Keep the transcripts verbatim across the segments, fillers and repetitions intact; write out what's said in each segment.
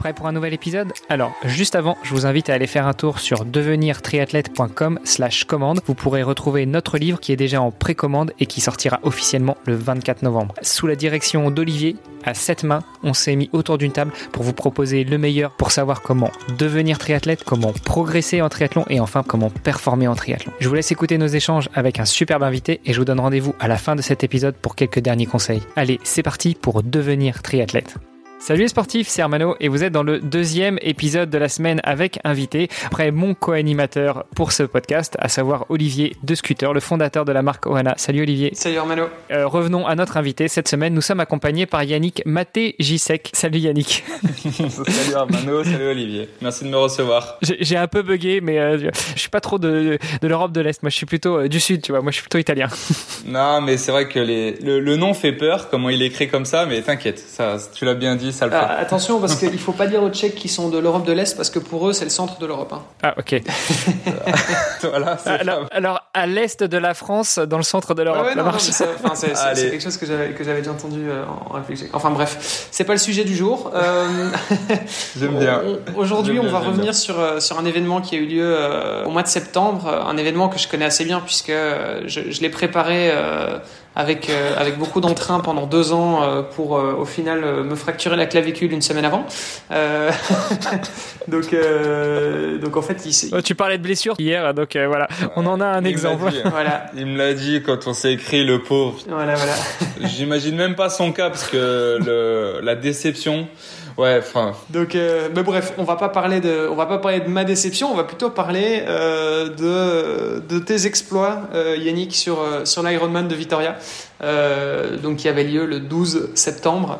Prêt pour un nouvel épisode ? Alors, juste avant, je vous invite à aller faire un tour sur devenir triathlète point com slash commande. Vous pourrez retrouver notre livre qui est déjà en précommande et qui sortira officiellement le vingt-quatre novembre. Sous la direction d'Olivier, à sept mains, on s'est mis autour d'une table pour vous proposer le meilleur pour savoir comment devenir triathlète, comment progresser en triathlon et enfin comment performer en triathlon. Je vous laisse écouter nos échanges avec un superbe invité et je vous donne rendez-vous à la fin de cet épisode pour quelques derniers conseils. Allez, c'est parti pour devenir triathlète. Salut les sportifs, c'est Armano et vous êtes dans le deuxième épisode de la semaine avec invité, après mon co-animateur pour ce podcast, à savoir Olivier de Scooter, le fondateur de la marque Ohana. Salut Olivier. Salut Armano. Euh, revenons à notre invité. Cette semaine, nous sommes accompagnés par Yannick Maté-Gisek. Salut Yannick. Salut Armano, salut Olivier. Merci de me recevoir. J'ai, j'ai un peu bugué, mais euh, je suis pas trop de, de l'Europe de l'Est. Moi, je suis plutôt euh, du Sud, tu vois. Moi, je suis plutôt italien. Non, mais c'est vrai que les, le, le nom fait peur, comment il est écrit comme ça, mais t'inquiète, ça, tu l'as bien dit. Ça le fait. Ah, attention, parce qu'il ne faut pas dire aux Tchèques qui sont de l'Europe de l'Est, parce que pour eux, c'est le centre de l'Europe. Hein. Ah, ok. Voilà, c'est alors, alors, à l'est de la France, dans le centre de l'Europe, ah ouais, ça non, marche. Non, c'est, enfin, c'est, c'est, c'est quelque chose que j'avais, que j'avais déjà entendu euh, en réflexion. Enfin bref, c'est pas le sujet du jour. Euh, J'aime bien. On, aujourd'hui, J'aime on bien, va revenir bien. sur, sur un événement qui a eu lieu euh, au mois de septembre, un événement que je connais assez bien, puisque je, je l'ai préparé euh, avec, euh, avec beaucoup d'entrain pendant deux ans euh, pour euh, au final euh, me fracturer la clavicule une semaine avant. Euh, donc, euh, donc en fait, il, oh, tu parlais de blessure hier, donc euh, voilà, on en a un il exemple. Dit, voilà. Il me l'a dit quand on s'est écrit, le pauvre. Voilà, voilà. J'imagine même pas son cas parce que le, la déception. Ouais, enfin. Donc, euh, mais bref, on va pas parler de, on va pas parler de ma déception, on va plutôt parler euh, de de tes exploits, euh, Yannick, sur sur l'Ironman de Vitoria, euh, donc qui avait lieu le douze septembre.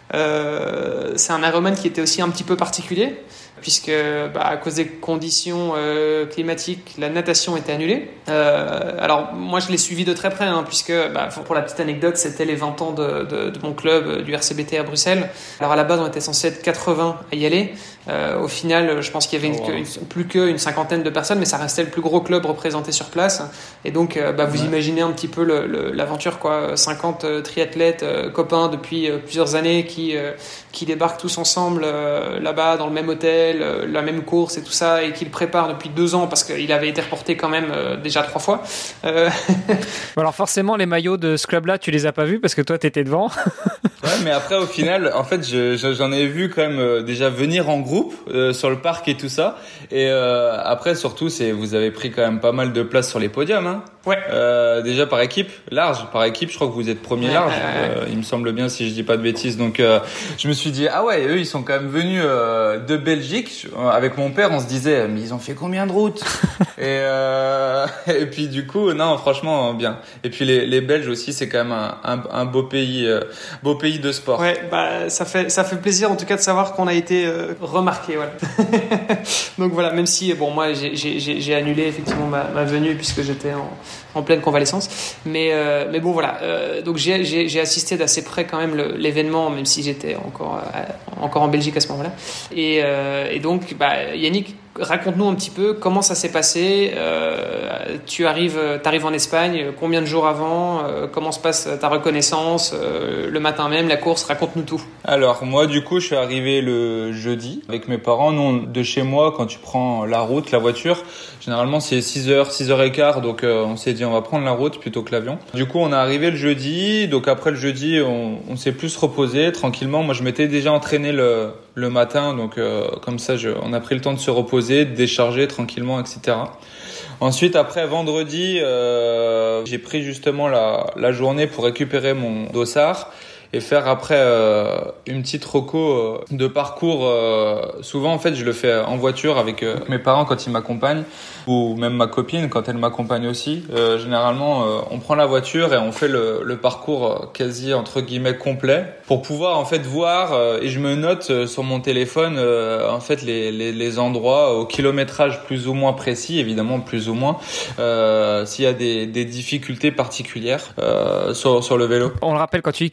Euh, c'est un Ironman qui était aussi un petit peu particulier, puisque bah, à cause des conditions euh, climatiques, la natation était annulée. Euh, alors moi je l'ai suivi de très près, hein, puisque bah, pour la petite anecdote, c'était les vingt ans de, de, de mon club, du R C B T à Bruxelles. Alors à la base on était censé être quatre-vingts à y aller. Euh, au final, je pense qu'il y avait une, oh, wow. une, plus qu'une cinquantaine de personnes, mais ça restait le plus gros club représenté sur place. Et donc, euh, bah, vous ouais. imaginez un petit peu le, le, l'aventure, quoi. cinquante euh, triathlètes, euh, copains depuis euh, plusieurs années qui, euh, qui débarquent tous ensemble euh, là-bas dans le même hôtel, euh, la même course et tout ça, et qui le préparent depuis deux ans parce qu'il avait été reporté quand même euh, déjà trois fois. Euh... bon, alors forcément, les maillots de ce club-là, tu les as pas vus parce que toi, t'étais devant. Ouais, mais après, au final, en fait, je, je, j'en ai vu quand même euh, déjà venir en groupe euh, sur le parc et tout ça. Et euh, après, surtout, c'est vous avez pris quand même pas mal de place sur les podiums. Hein. Ouais. Euh, déjà par équipe, large. Par équipe, je crois que vous êtes premier large. Ouais, ouais, ouais. Euh, il me semble bien, si je dis pas de bêtises. Donc, euh, je me suis dit, ah ouais, eux, ils sont quand même venus euh, de Belgique. Avec mon père, on se disait, mais ils ont fait combien de routes? et, euh, et puis du coup, non, franchement, bien. Et puis les, les Belges aussi, c'est quand même un, un, un beau pays, euh, beau pays de sport. Ouais, bah ça fait ça fait plaisir en tout cas de savoir qu'on a été euh, remarqué, voilà. Donc voilà, même si bon moi j'ai j'ai j'ai annulé effectivement ma, ma venue puisque j'étais en en pleine convalescence, mais euh, mais bon voilà, euh, donc j'ai j'ai j'ai assisté d'assez près quand même le, l'événement, même si j'étais encore euh, encore en Belgique à ce moment-là. Et euh, et donc bah Yannick, raconte-nous un petit peu comment ça s'est passé. Euh, tu arrives, t'arrives en Espagne, combien de jours avant, euh, comment se passe ta reconnaissance, euh, le matin même, la course, raconte-nous tout. Alors moi du coup je suis arrivé le jeudi avec mes parents. Nous de chez moi, quand tu prends la route, la voiture, généralement c'est six heures, six heures quinze, donc euh, on s'est dit on va prendre la route plutôt que l'avion. Du coup on est arrivé le jeudi, donc après le jeudi on, on s'est plus reposé tranquillement. Moi je m'étais déjà entraîné le, le matin, donc euh, comme ça je, on a pris le temps de se reposer, de décharger tranquillement, et cetera. Ensuite, après vendredi, euh, j'ai pris justement la, la journée pour récupérer mon dossard et faire après euh, une petite reco euh, de parcours. Euh, souvent, en fait, je le fais en voiture avec euh, mes parents quand ils m'accompagnent, ou même ma copine quand elle m'accompagne aussi. Euh, généralement, euh, on prend la voiture et on fait le, le parcours quasi entre guillemets complet pour pouvoir en fait voir. Euh, et je me note euh, sur mon téléphone euh, en fait les, les, les endroits au kilométrage plus ou moins précis, évidemment plus ou moins, euh, s'il y a des, des difficultés particulières euh, sur, sur le vélo. On le rappelle, quand tu dis que tu fais la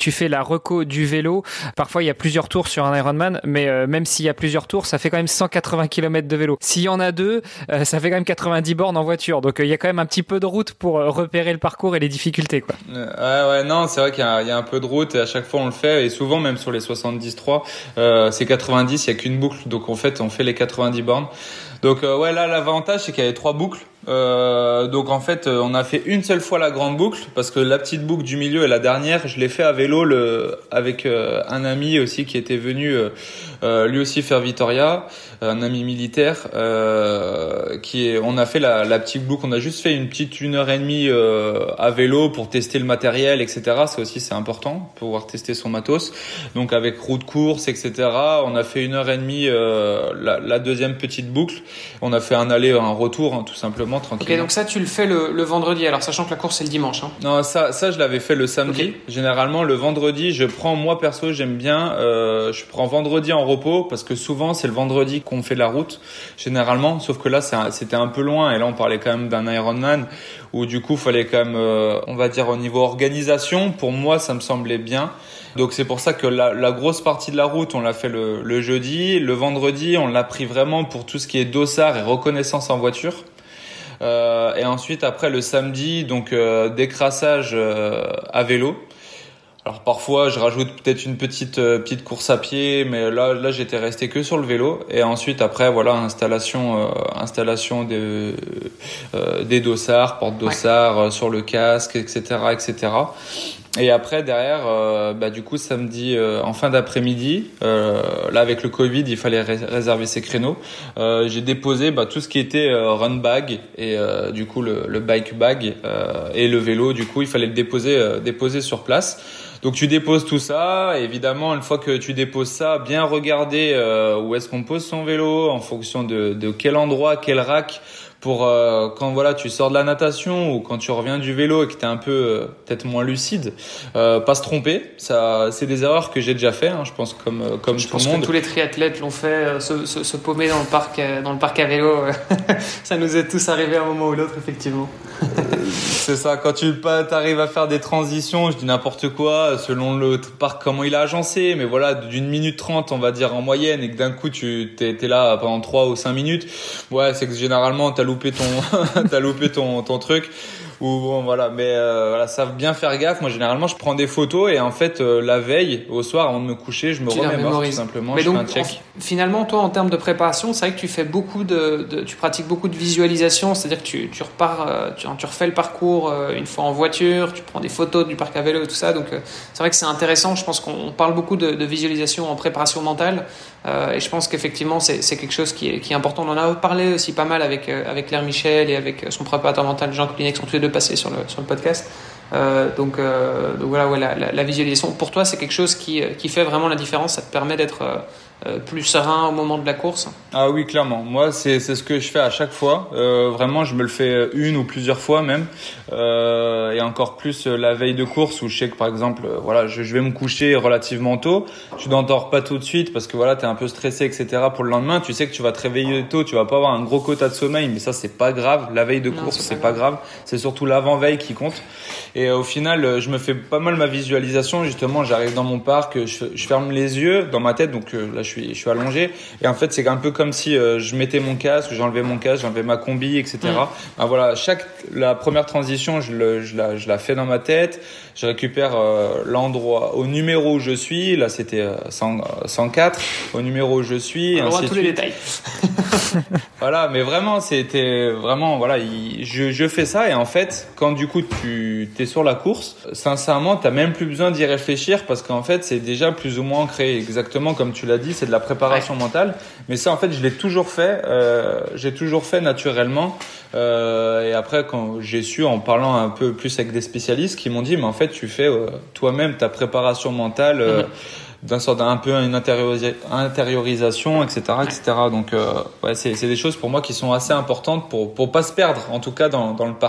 reco du vélo. Parfois, il y a plusieurs tours sur un Ironman, mais euh, même s'il y a plusieurs tours, ça fait quand même cent quatre-vingts kilomètres de vélo. S'il y en a deux, euh, ça fait quand même quatre-vingt-dix bornes en voiture. Donc, euh, il y a quand même un petit peu de route pour euh, repérer le parcours et les difficultés, quoi. Euh, ouais, ouais, non, c'est vrai qu'il y a, il y a un peu de route et à chaque fois on le fait. Et souvent, même sur les soixante-dix trois, euh, c'est quatre-vingt-dix, il y a qu'une boucle. Donc, en fait, on fait les quatre-vingt-dix bornes. Donc, euh, ouais, là, l'avantage, c'est qu'il y avait trois boucles. Euh, donc en fait euh, on a fait une seule fois la grande boucle parce que la petite boucle du milieu et la dernière je l'ai fait à vélo le, avec euh, un ami aussi qui était venu euh, euh, lui aussi faire Vitoria, un ami militaire euh, qui est, on a fait la, la petite boucle, on a juste fait une petite une heure et demie euh, à vélo pour tester le matériel, etc. Ça aussi c'est important, pouvoir tester son matos, donc avec route course, etc. On a fait une heure et demie euh, la, la deuxième petite boucle, on a fait un aller un retour hein, tout simplement. Ok, donc ça tu le fais le, le vendredi, alors sachant que la course c'est le dimanche. Hein. Non, ça, ça je l'avais fait le samedi. Okay. Généralement le vendredi, je prends moi perso, j'aime bien, euh, je prends vendredi en repos parce que souvent c'est le vendredi qu'on fait la route, généralement. Sauf que là c'est un, c'était un peu loin et là on parlait quand même d'un Ironman où du coup fallait quand même, euh, on va dire au niveau organisation, pour moi ça me semblait bien. Donc c'est pour ça que la, la grosse partie de la route on l'a fait le, le jeudi, le vendredi on l'a pris vraiment pour tout ce qui est dossard et reconnaissance en voiture. Euh, et ensuite après le samedi donc euh, décrassage euh, à vélo. Alors parfois je rajoute peut-être une petite euh, petite course à pied, mais là là j'étais resté que sur le vélo. Et ensuite après voilà installation euh, installation des euh, des dossards, porte dossards ouais. euh, sur le casque, et cetera et cetera. Et après derrière, euh, bah du coup samedi euh, en fin d'après-midi, euh, là avec le Covid, il fallait ré- réserver ses créneaux. Euh, j'ai déposé bah, tout ce qui était euh, run bag et euh, du coup le, le bike bag euh, et le vélo. Du coup, il fallait le déposer euh, déposer sur place. Donc tu déposes tout ça. Évidemment, une fois que tu déposes ça, bien regarder euh, où est-ce qu'on pose son vélo en fonction de, de quel endroit, quel rack. Pour euh, quand voilà tu sors de la natation ou quand tu reviens du vélo et que t'es un peu euh, peut-être moins lucide, euh, pas se tromper. Ça, c'est des erreurs que j'ai déjà fait. Hein, je pense comme euh, comme je tout le monde. Je pense que tous les triathlètes l'ont fait. Euh, se, se, se paumer dans le parc euh, dans le parc à vélo, ça nous est tous arrivé à un moment ou l'autre effectivement. C'est ça. Quand tu arrives à faire des transitions, je dis n'importe quoi, selon le parc comment il a agencé, mais voilà d'une minute trente on va dire en moyenne et que d'un coup tu t'es, t'es là pendant trois ou cinq minutes. Ouais, c'est que généralement t'as loupé ton t'as loupé ton ton truc ou bon voilà mais euh, voilà ça va bien faire gaffe. Moi généralement je prends des photos et en fait euh, la veille au soir avant de me coucher je me tu remémore tout simplement. Mais je donc, fais un check. En, finalement toi en termes de préparation c'est vrai que tu fais beaucoup de, de tu pratiques beaucoup de visualisation, c'est-à-dire que tu tu repars euh, tu, tu refais le parcours euh, une fois en voiture, tu prends des photos du parc à vélo et tout ça, donc euh, c'est vrai que c'est intéressant. Je pense qu'on parle beaucoup de, de visualisation en préparation mentale euh, et je pense qu'effectivement c'est c'est quelque chose qui est qui est important. On en a parlé aussi pas mal avec euh, avec Claire Michel et avec son préparateur mental Jean Coulinet qui sont tous les deux passés sur le sur le podcast. Euh, donc, euh, donc voilà, ouais, la, la, la visualisation pour toi c'est quelque chose qui qui fait vraiment la différence. Ça te permet d'être euh, plus serein au moment de la course. Ah oui, clairement. Moi, c'est c'est ce que je fais à chaque fois. Euh, vraiment, je me le fais une ou plusieurs fois même, euh, et encore plus la veille de course où je sais que par exemple, euh, voilà, je, je vais me coucher relativement tôt. Tu t'endors pas tout de suite parce que voilà, t'es un peu stressé, et cetera. Pour le lendemain, tu sais que tu vas te réveiller tôt, tu vas pas avoir un gros quota de sommeil, mais ça c'est pas grave. La veille de course, non, c'est, c'est pas, pas grave. grave. C'est surtout l'avant-veille qui compte. Et euh, au final, je me fais pas mal ma visualisation. Justement, j'arrive dans mon parc, je, je ferme les yeux dans ma tête, donc euh, là je suis je suis allongé et en fait c'est un peu comme si euh, je mettais mon casque, j'enlevais mon casque, j'enlevais ma combi, et cetera. Mmh. Ben voilà, chaque la première transition je le je la je la fais dans ma tête. Je récupère euh, l'endroit au numéro où je suis. Là c'était euh, cent, cent quatre au numéro où je suis. On aura tous les détails. Voilà, mais vraiment c'était vraiment voilà, il, je je fais ça et en fait quand du coup tu t'es sur la course, sincèrement t'as même plus besoin d'y réfléchir parce qu'en fait c'est déjà plus ou moins ancré, exactement comme tu l'as dit, c'est de la préparation ouais. mentale. Mais ça en fait je l'ai toujours fait, euh, j'ai toujours fait naturellement. Euh, et après quand j'ai su en parlant un peu plus avec des spécialistes qui m'ont dit mais en fait tu fais euh, toi-même ta préparation mentale. Euh, mmh. D'un sort d'un peu une intériorisa- intériorisation, et cetera, et cetera. Donc, euh, ouais, c'est, c'est des choses pour moi qui sont assez importantes pour pour pas se perdre, en tout cas dans dans le parc.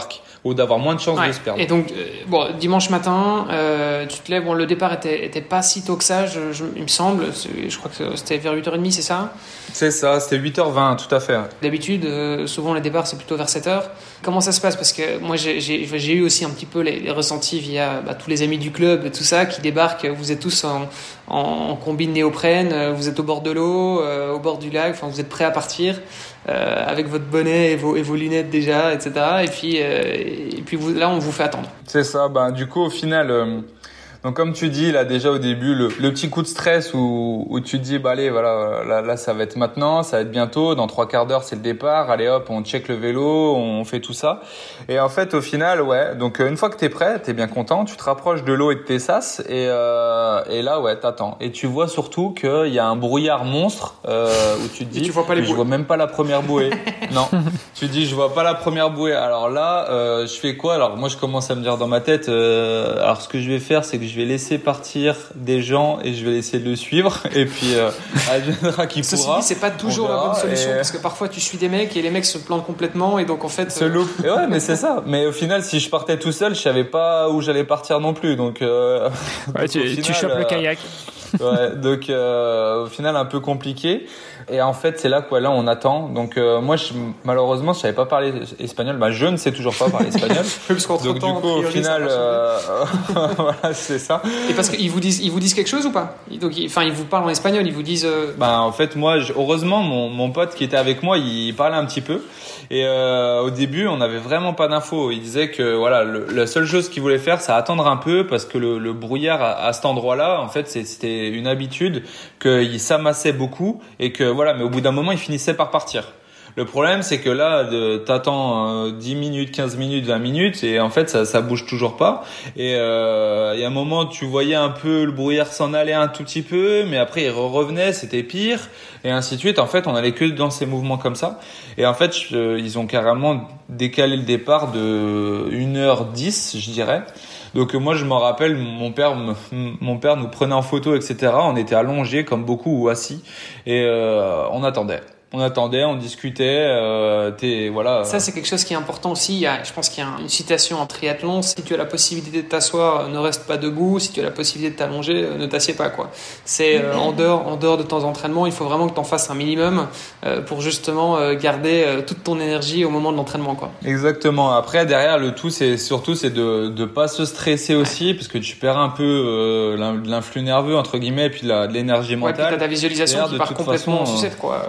ou d'avoir moins de chances ouais. de se perdre. Et donc, euh, bon, dimanche matin, euh, tu te lèves, bon, le départ était, était pas si tôt que ça, je, je, il me semble, je crois que c'était vers huit heures trente, c'est ça ? C'est ça, c'était huit heures vingt, tout à fait. D'habitude, euh, souvent les départs c'est plutôt vers sept heures. Comment ça se passe ? Parce que moi j'ai, j'ai, j'ai eu aussi un petit peu les, les ressentis via bah, tous les amis du club et tout ça qui débarquent, vous êtes tous en, en, en combine néoprène, vous êtes au bord de l'eau, euh, au bord du lac, enfin vous êtes prêts à partir euh, avec votre bonnet et vos, et vos lunettes déjà, et cetera. Et puis, euh, et puis vous, là on vous fait attendre. C'est ça, bah, du coup au final... Euh... Donc comme tu dis là déjà au début le, le petit coup de stress où, où tu te dis bah allez voilà là, là ça va être maintenant, ça va être bientôt, dans trois quarts d'heure c'est le départ, allez hop on check le vélo, on fait tout ça et en fait au final ouais donc une fois que t'es prêt, t'es bien content, tu te rapproches de l'eau et de tes sas et, euh, et là ouais t'attends et tu vois surtout qu'il y a un brouillard monstre euh, où tu te dis et tu vois pas les je vois même pas la première bouée. Non, tu te dis je vois pas la première bouée. Alors là euh, je fais quoi? Alors moi je commence à me dire dans ma tête euh, alors ce que je vais faire c'est que je vais laisser partir des gens et je vais essayer de le suivre et puis euh, adviendra qui pourra. Ceci dit, c'est pas toujours la bonne solution et... parce que parfois tu suis des mecs et les mecs se plantent complètement et donc en fait se loupent. Et ouais, mais c'est ça. Mais au final, si je partais tout seul, je savais pas où j'allais partir non plus. Donc, euh... ouais, tu, final, tu chopes euh... le kayak. Ouais, donc euh, au final un peu compliqué. Et en fait, c'est là quoi, là on attend. Donc euh, moi, je, malheureusement, je savais pas parler espagnol. Bah, je ne sais toujours pas parler espagnol. Parce qu'entre donc temps, du coup, au final, euh, voilà, c'est ça. Et parce qu'ils vous disent, ils vous disent quelque chose ou pas? Donc, ils, enfin, ils vous parlent en espagnol. Ils vous disent. Euh... Bah, en fait, moi, je, heureusement, mon mon pote qui était avec moi, il parlait un petit peu. Et euh, au début, on n'avait vraiment pas d'infos. Il disait que voilà, le, la seule chose qu'il voulait faire, c'est attendre un peu parce que le, le brouillard à, à cet endroit-là, en fait, c'était une habitude qu'il s'amassait beaucoup et que voilà, mais au bout d'un moment, il finissait par partir. Le problème, c'est que là, de, t'attends euh, dix minutes, quinze minutes, vingt minutes et en fait, ça, ça bouge toujours pas. Et euh, il y a un moment, tu voyais un peu le brouillard s'en aller un tout petit peu, mais après, il revenait, c'était pire, et ainsi de suite. En fait, on allait que dans ces mouvements comme ça. Et en fait, je, ils ont carrément décalé le départ de une heure dix, je dirais. Donc moi je m'en rappelle, mon père, me, mon père nous prenait en photo, et cetera. On était allongés comme beaucoup ou assis et euh, on attendait. On attendait, on discutait, euh, t'es, voilà. Ça, c'est quelque chose qui est important aussi. Il y a, je pense qu'il y a une citation en triathlon. Si tu as la possibilité de t'asseoir, ne reste pas debout. Si tu as la possibilité de t'allonger, ne t'assieds pas, quoi. C'est euh, en dehors, en dehors de ton entraînement, il faut vraiment que tu en fasses un minimum euh, pour justement euh, garder euh, toute ton énergie au moment de l'entraînement, quoi. Exactement. Après, derrière, le tout, c'est surtout, c'est de de pas se stresser aussi, ouais. Parce que tu perds un peu euh, l'influx nerveux entre guillemets, et puis la, de l'énergie mentale. Ouais, puis t'as ta visualisation qui part complètement en sucette, quoi.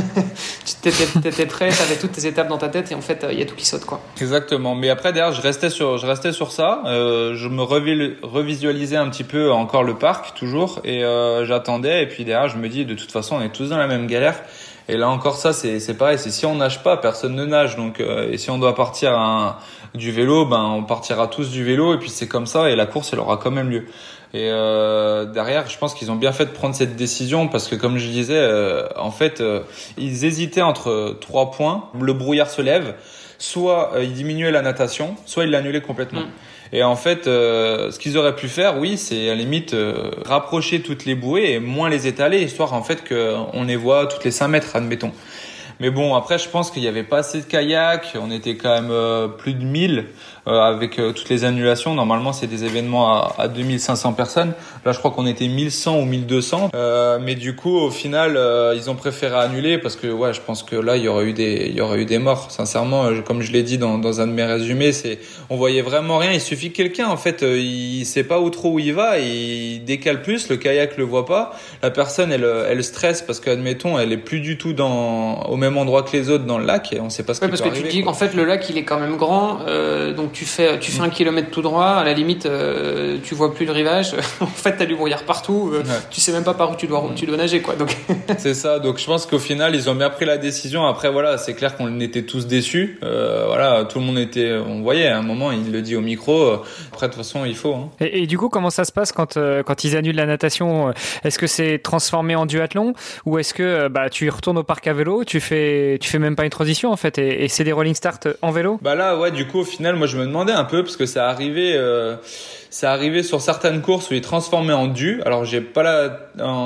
Tu t'étais, t'étais prêt, t'avais toutes tes étapes dans ta tête et en fait il y a tout qui saute, quoi. Exactement. Mais après derrière je restais sur je restais sur ça. Euh, je me revi- revisualisais un petit peu encore le parc toujours et euh, j'attendais et puis derrière je me dis de toute façon on est tous dans la même galère. Et là encore ça c'est c'est pareil, c'est si on nage pas personne ne nage donc euh, et si on doit partir un, du vélo ben on partira tous du vélo et puis c'est comme ça et la course elle aura quand même lieu. Et euh, derrière, je pense qu'ils ont bien fait de prendre cette décision parce que, comme je disais, euh, en fait, euh, ils hésitaient entre trois points. Le brouillard se lève, soit euh, ils diminuaient la natation, soit ils l'annulaient complètement. Mmh. Et en fait, euh, ce qu'ils auraient pu faire, oui, c'est à la limite euh, rapprocher toutes les bouées et moins les étaler, histoire en fait qu'on les voit toutes les cinq mètres, admettons. Mais bon, après, je pense qu'il n'y avait pas assez de kayaks. On était quand même euh, plus de mille euh, avec euh, toutes les annulations. Normalement, c'est des événements à, à deux mille cinq cents personnes. Là, je crois qu'on était mille cent ou mille deux cents. Euh, mais du coup, au final, euh, ils ont préféré annuler parce que, ouais, je pense que là, il y aurait eu des, il y aurait eu des morts. Sincèrement, euh, comme je l'ai dit dans, dans un de mes résumés, c'est, on voyait vraiment rien. Il suffit que quelqu'un, en fait, euh, il sait pas où trop où il va, et il décale plus. Le kayak le voit pas. La personne, elle, elle stresse parce qu'admettons, elle est plus du tout dans au même endroit que les autres dans le lac et on sait pas ce ouais, qui parce peut que arriver. Tu dis quoi. en fait le lac il est quand même grand, euh, donc tu fais tu fais un kilomètre tout droit, à la limite euh, tu vois plus le rivage. En fait t'as du brouillard partout, euh, ouais. Tu sais même pas par où tu dois où tu dois nager, quoi. Donc c'est ça. Donc je pense qu'au final ils ont bien pris la décision. Après voilà, c'est clair qu'on était tous déçus. Euh, voilà, tout le monde était, on voyait à un moment il le dit au micro. Après de toute façon il faut. Hein. Et, et du coup comment ça se passe quand euh, quand ils annulent la natation? Est-ce que c'est transformé en duathlon ou est-ce que bah tu retournes au parc à vélo, tu fais tu fais même pas une transition en fait et, et c'est des rolling start en vélo? Bah là ouais, du coup au final moi je me me demandais un peu parce que ça arrivait, euh, ça arrivait sur certaines courses où ils transformaient en dû. Alors j'ai pas la,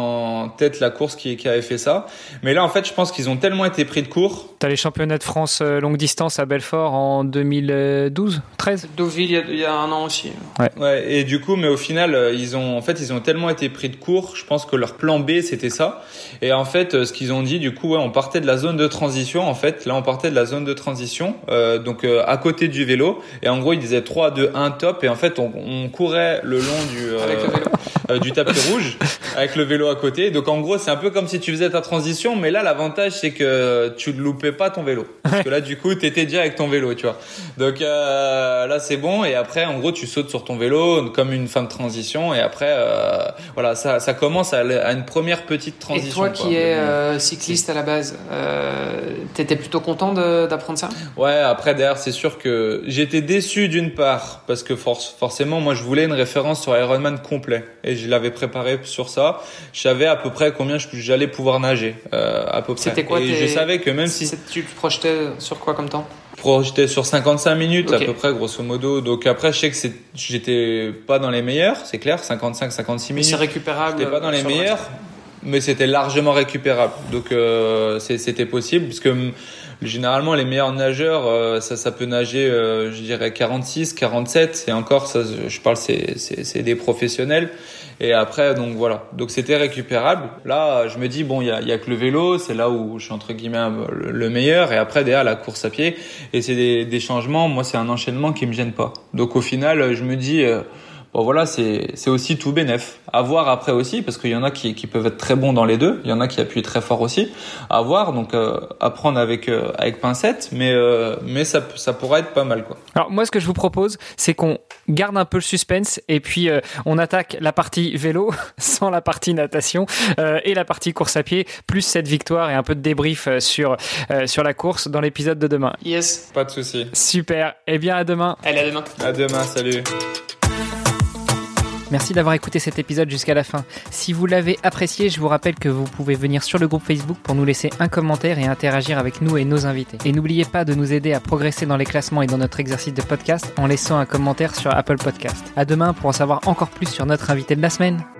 en tête la course qui, qui avait fait ça, mais là en fait je pense qu'ils ont tellement été pris de court. T'as les championnats de France euh, longue distance à Belfort en deux mille douze, treize. Deauville il y a, il y a un an aussi. Ouais. Ouais. Et du coup, mais au final, ils ont, en fait, ils ont tellement été pris de court. Je pense que leur plan B c'était ça. Et en fait, ce qu'ils ont dit, du coup, ouais, on partait de la zone de transition. En fait, là, on partait de la zone de transition, euh, donc euh, à côté du vélo. Et en gros, ils disaient trois, deux, un, top. Et en fait, on, on courait le long du euh, Avec le vélo. euh, du tapis rouge avec le vélo à côté. Donc en gros, c'est un peu comme si tu faisais ta transition, mais là, l'avantage c'est que tu ne loupais pas ton vélo. Parce que là, du coup, t'étais déjà avec ton vélo, tu vois. Donc euh, là, c'est bon. Et après, en gros, tu sautes sur ton vélo comme une fin de transition. Et après, euh, voilà, ça, ça commence à, à une première petite transition. Et toi, qui es euh, cycliste à la base, euh, t'étais plutôt content de, d'apprendre ça? Ouais. Après, derrière, c'est sûr que j'étais déçu d'une part parce que force, forcément, moi, je voulais une référence sur Ironman complet et je l'avais préparé sur ça. Je savais à peu près combien j'allais pouvoir nager, euh, à peu près. C'était quoi? Et tes... je savais que même si tu te projetais sur quoi comme temps? Projeté sur cinquante-cinq minutes, okay. À peu près, grosso modo. Donc après, je sais que c'est, j'étais pas dans les meilleurs, c'est clair, cinquante-cinq, cinquante-six minutes. C'est récupérable. J'étais pas dans les meilleurs, mais c'était largement récupérable. Donc euh, c'est, c'était possible, parce que généralement les meilleurs nageurs, euh, ça, ça peut nager, euh, je dirais quarante-six, quarante-sept, et encore, ça, je parle, c'est, c'est, c'est des professionnels. Et après, donc voilà. Donc c'était récupérable. Là, je me dis bon, il y a, y a que le vélo, c'est là où je suis entre guillemets le, le meilleur. Et après, derrière la course à pied, et c'est des, des changements. Moi, c'est un enchaînement qui me gêne pas. Donc au final, je me dis euh, bon voilà, c'est c'est aussi tout bénef. À voir après aussi, parce qu'il y en a qui qui peuvent être très bons dans les deux. Il y en a qui appuient très fort aussi. À voir, donc euh, à prendre avec euh, avec pincette, mais euh, mais ça ça pourrait être pas mal quoi. Alors moi, ce que je vous propose, c'est qu'on garde un peu le suspense et puis euh, on attaque la partie vélo sans la partie natation euh, et la partie course à pied, plus cette victoire et un peu de débrief euh, sur euh, sur la course dans l'épisode de demain. Yes. Pas de souci. Super. Eh bien à demain. Allez, à demain. À demain. Salut. Merci d'avoir écouté cet épisode jusqu'à la fin. Si vous l'avez apprécié, je vous rappelle que vous pouvez venir sur le groupe Facebook pour nous laisser un commentaire et interagir avec nous et nos invités. Et n'oubliez pas de nous aider à progresser dans les classements et dans notre exercice de podcast en laissant un commentaire sur Apple Podcast. À demain pour en savoir encore plus sur notre invité de la semaine.